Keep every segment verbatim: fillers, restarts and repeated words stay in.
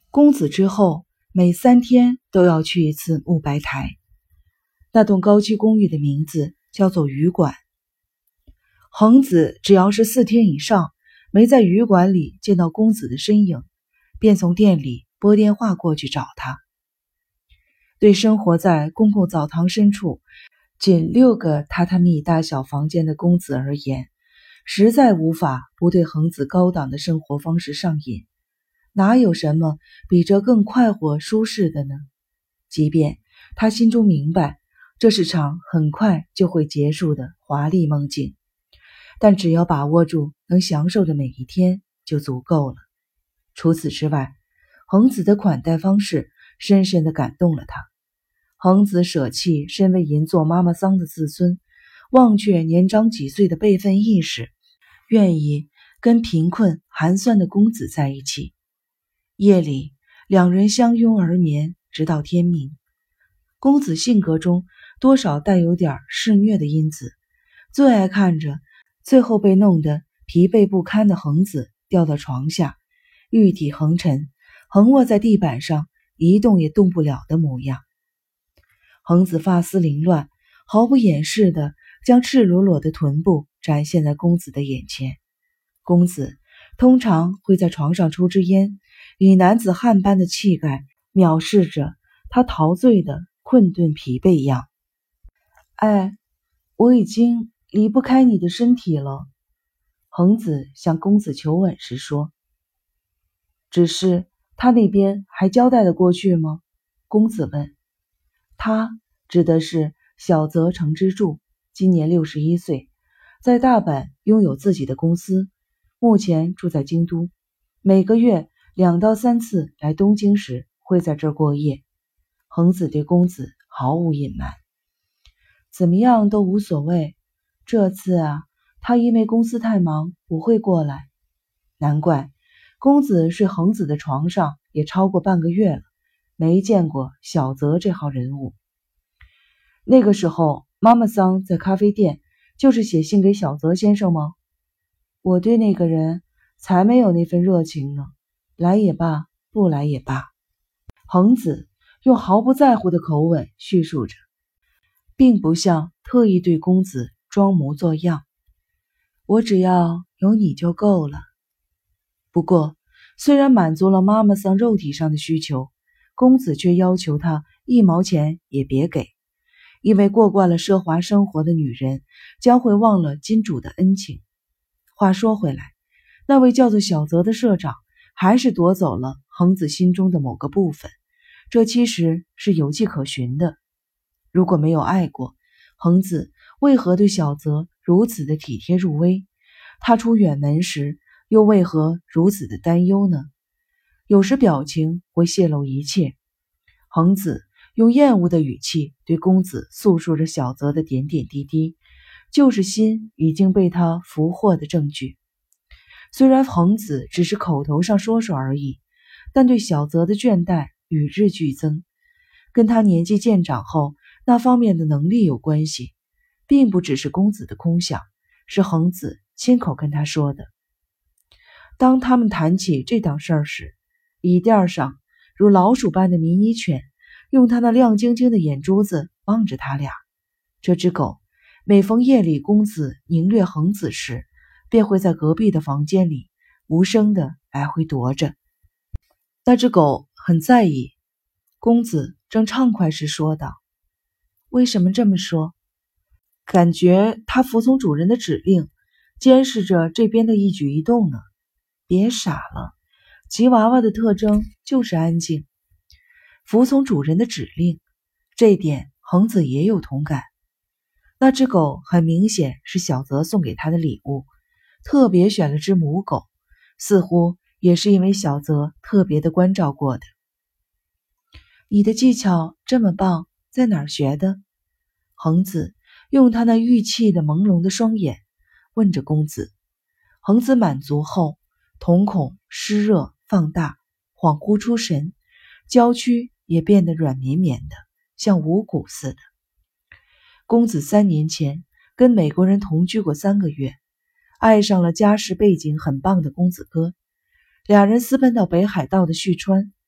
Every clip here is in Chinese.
公子之后每三天都要去一次木白台，那栋高级公寓的名字叫做鱼馆。恒子只要是四天以上没在鱼馆里见到公子的身影，便从店里拨电话过去找他。对生活在公共澡堂深处仅六个榻榻米大小房间的公子而言，实在无法不对恒子高档的生活方式上瘾。哪有什么比这更快活舒适的呢？即便他心中明白这是场很快就会结束的华丽梦境，但只要把握住能享受的每一天就足够了。除此之外，恒子的款待方式深深地感动了他。恒子舍弃身为银座妈妈桑的自尊，忘却年长几岁的辈分意识，愿意跟贫困寒酸的公子在一起。夜里，两人相拥而眠，直到天明。公子性格中多少带有点肆虐的因子，最爱看着最后被弄得疲惫不堪的恒子掉到床下，玉体横陈，横卧在地板上，一动也动不了的模样。恒子发丝凌乱，毫不掩饰地将赤裸裸的臀部展现在公子的眼前。公子通常会在床上抽支烟，以男子汉般的气概藐视着他陶醉的困顿疲惫样。哎，我已经离不开你的身体了。恒子向公子求吻时说。只是他那边还交代得过去吗？公子问。他指的是小泽诚之助，今年六十一岁，在大阪拥有自己的公司，目前住在京都，每个月两到三次来东京时会在这儿过夜。恒子对公子毫无隐瞒。怎么样都无所谓，这次啊，他因为公司太忙不会过来。难怪公子睡恒子的床上也超过半个月了，没见过小泽这号人物。那个时候妈妈桑在咖啡店就是写信给小泽先生吗？我对那个人才没有那份热情呢，来也罢，不来也罢。恒子用毫不在乎的口吻叙述着，并不像特意对公子装模作样。我只要有你就够了。不过虽然满足了妈妈桑肉体上的需求，公子却要求他一毛钱也别给，因为过惯了奢华生活的女人将会忘了金主的恩情。话说回来，那位叫做小泽的社长还是夺走了恒子心中的某个部分，这其实是有迹可循的。如果没有爱过，恒子为何对小泽如此的体贴入微？他出远门时又为何如此的担忧呢？有时表情会泄露一切。恒子用厌恶的语气对公子诉说着小泽的点点滴滴，就是心已经被他俘获的证据。虽然恒子只是口头上说说而已，但对小泽的倦怠与日俱增，跟他年纪渐长后那方面的能力有关系，并不只是公子的空想，是恒子亲口跟他说的。当他们谈起这档事儿时，椅垫上如老鼠般的迷你犬用他那亮晶晶的眼珠子望着他俩。这只狗每逢夜里公子凌虐恒子时，便会在隔壁的房间里无声地来回踱着。那只狗很在意。公子正畅快时说道。为什么这么说？感觉它服从主人的指令，监视着这边的一举一动呢。别傻了，吉娃娃的特征就是安静。服从主人的指令，这点恒子也有同感。那只狗很明显是小泽送给他的礼物，特别选了只母狗，似乎也是因为小泽特别的关照过的。你的技巧这么棒，在哪儿学的？恒子用他那玉气的朦胧的双眼问着公子。恒子满足后，瞳孔湿热放大，恍惚出神，娇躯也变得软绵绵的，像无骨似的。公子三年前跟美国人同居过三个月，爱上了家世背景很棒的公子哥，俩人私奔到北海道的旭川。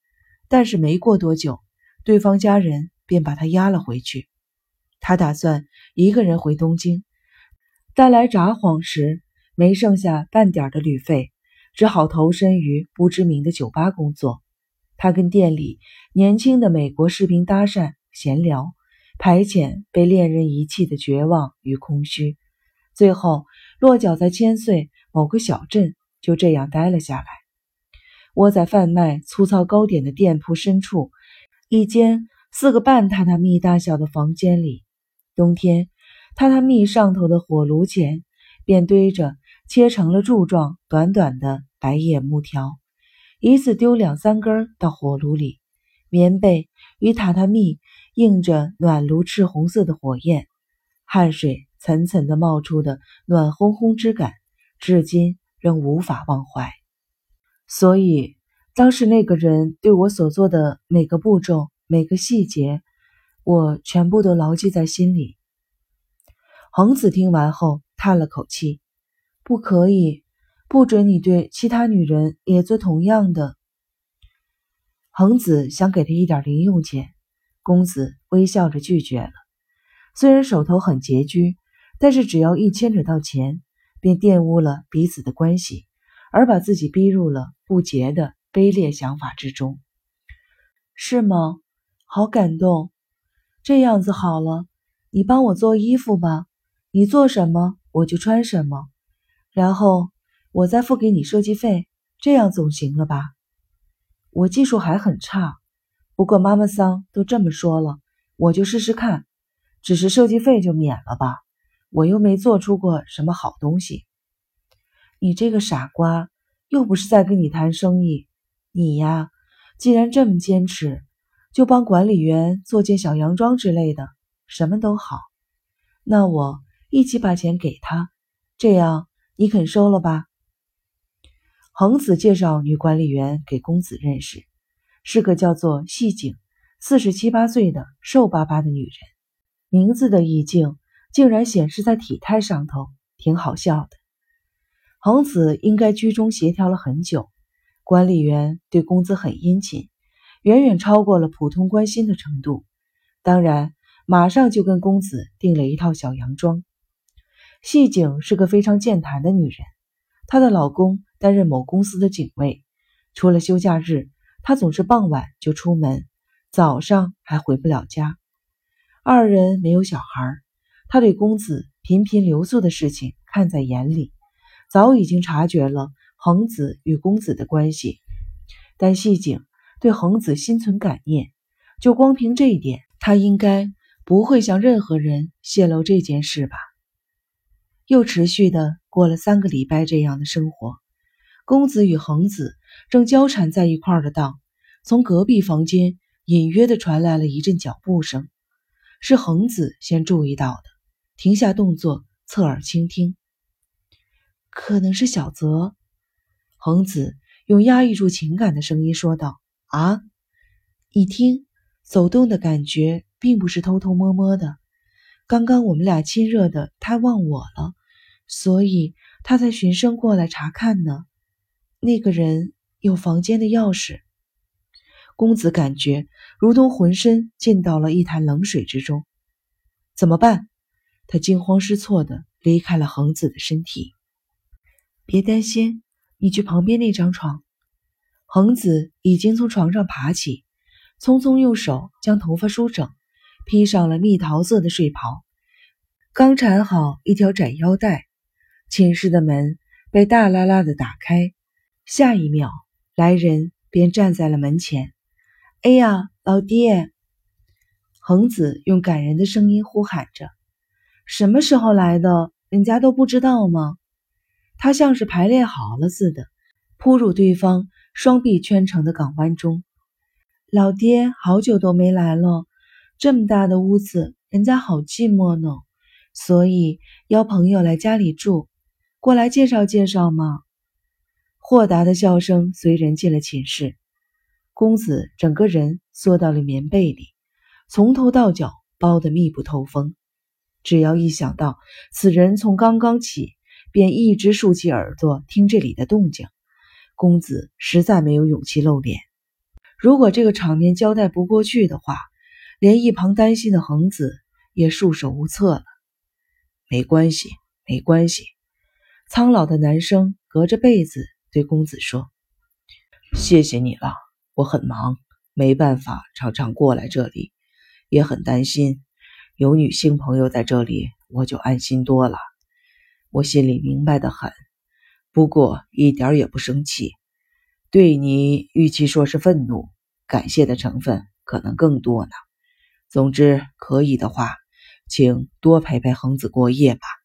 但是没过多久，对方家人便把他押了回去。他打算一个人回东京，但来札幌时没剩下半点的旅费，只好投身于不知名的酒吧工作。他跟店里年轻的美国士兵搭讪闲聊，排遣被恋人遗弃的绝望与空虚，最后落脚在千岁某个小镇，就这样待了下来。窝在贩卖粗糙糕点的店铺深处，一间四个半榻榻米大小的房间里，冬天榻榻米上头的火炉前便堆着切成了柱状短短的白叶木条，一次丢两三根到火炉里，棉被与榻榻米映着暖炉赤红色的火焰，汗水层层地冒出的暖烘烘之感，至今仍无法忘怀。所以当时那个人对我所做的每个步骤每个细节，我全部都牢记在心里。恒子听完后叹了口气，不可以，不准你对其他女人也做同样的。恒子想给他一点零用钱，公子微笑着拒绝了。虽然手头很拮据，但是只要一牵扯到钱，便玷污了彼此的关系，而把自己逼入了不洁的卑劣想法之中。是吗？好感动。这样子好了，你帮我做衣服吧，你做什么我就穿什么，然后我再付给你设计费，这样总行了吧？我技术还很差，不过妈妈桑都这么说了，我就试试看，只是设计费就免了吧，我又没做出过什么好东西。你这个傻瓜，又不是在跟你谈生意，你呀，既然这么坚持，就帮管理员做件小洋装之类的，什么都好。那我一起把钱给他，这样你肯收了吧？恒子介绍女管理员给公子认识，是个叫做细井，四十七八岁的瘦巴巴的女人，名字的意境竟然显示在体态上头，挺好笑的。恒子应该居中协调了很久，管理员对公子很殷勤，远远超过了普通关心的程度，当然马上就跟公子订了一套小洋装。细井是个非常健谈的女人，她的老公担任某公司的警卫，除了休假日，她总是傍晚就出门，早上还回不了家。二人没有小孩，她对公子频频留宿的事情看在眼里，早已经察觉了恒子与公子的关系，但细井对恒子心存感念，就光凭这一点，她应该不会向任何人泄露这件事吧。又持续的过了三个礼拜这样的生活，公子与恒子正交缠在一块儿的当，从隔壁房间隐约的传来了一阵脚步声，是恒子先注意到的，停下动作，侧耳倾听。可能是小泽，恒子用压抑住情感的声音说道：啊，你听，走动的感觉并不是偷偷摸摸的，刚刚我们俩亲热的他忘我了，所以他才循声过来查看呢。那个人有房间的钥匙。公子感觉如同浑身浸到了一潭冷水之中。怎么办？他惊慌失措地离开了恒子的身体。别担心，你去旁边那张床。恒子已经从床上爬起，匆匆用手将头发梳整，披上了蜜桃色的睡袍，刚缠好一条窄腰带。寝室的门被大拉拉地打开，下一秒来人便站在了门前。哎呀，老爹！恒子用感人的声音呼喊着。什么时候来的？人家都不知道吗？他像是排练好了似的，扑入对方双臂圈成的港湾中。老爹好久都没来了，这么大的屋子，人家好寂寞呢，所以邀朋友来家里住，过来介绍介绍嘛。豁达的笑声随人进了寝室，公子整个人缩到了棉被里，从头到脚包得密不透风。只要一想到此人从刚刚起便一直竖起耳朵听这里的动静，公子实在没有勇气露脸。 如果这个场面交代不过去的话，连一旁担心的恒子也束手无策了。没关系，没关系。苍老的男生隔着被子对公子说：谢谢你了，我很忙，没办法常常过来这里，也很担心，有女性朋友在这里，我就安心多了。我心里明白得很，不过一点也不生气。对你与其说是愤怒，感谢的成分可能更多呢。总之，可以的话，请多陪陪恒子过夜吧。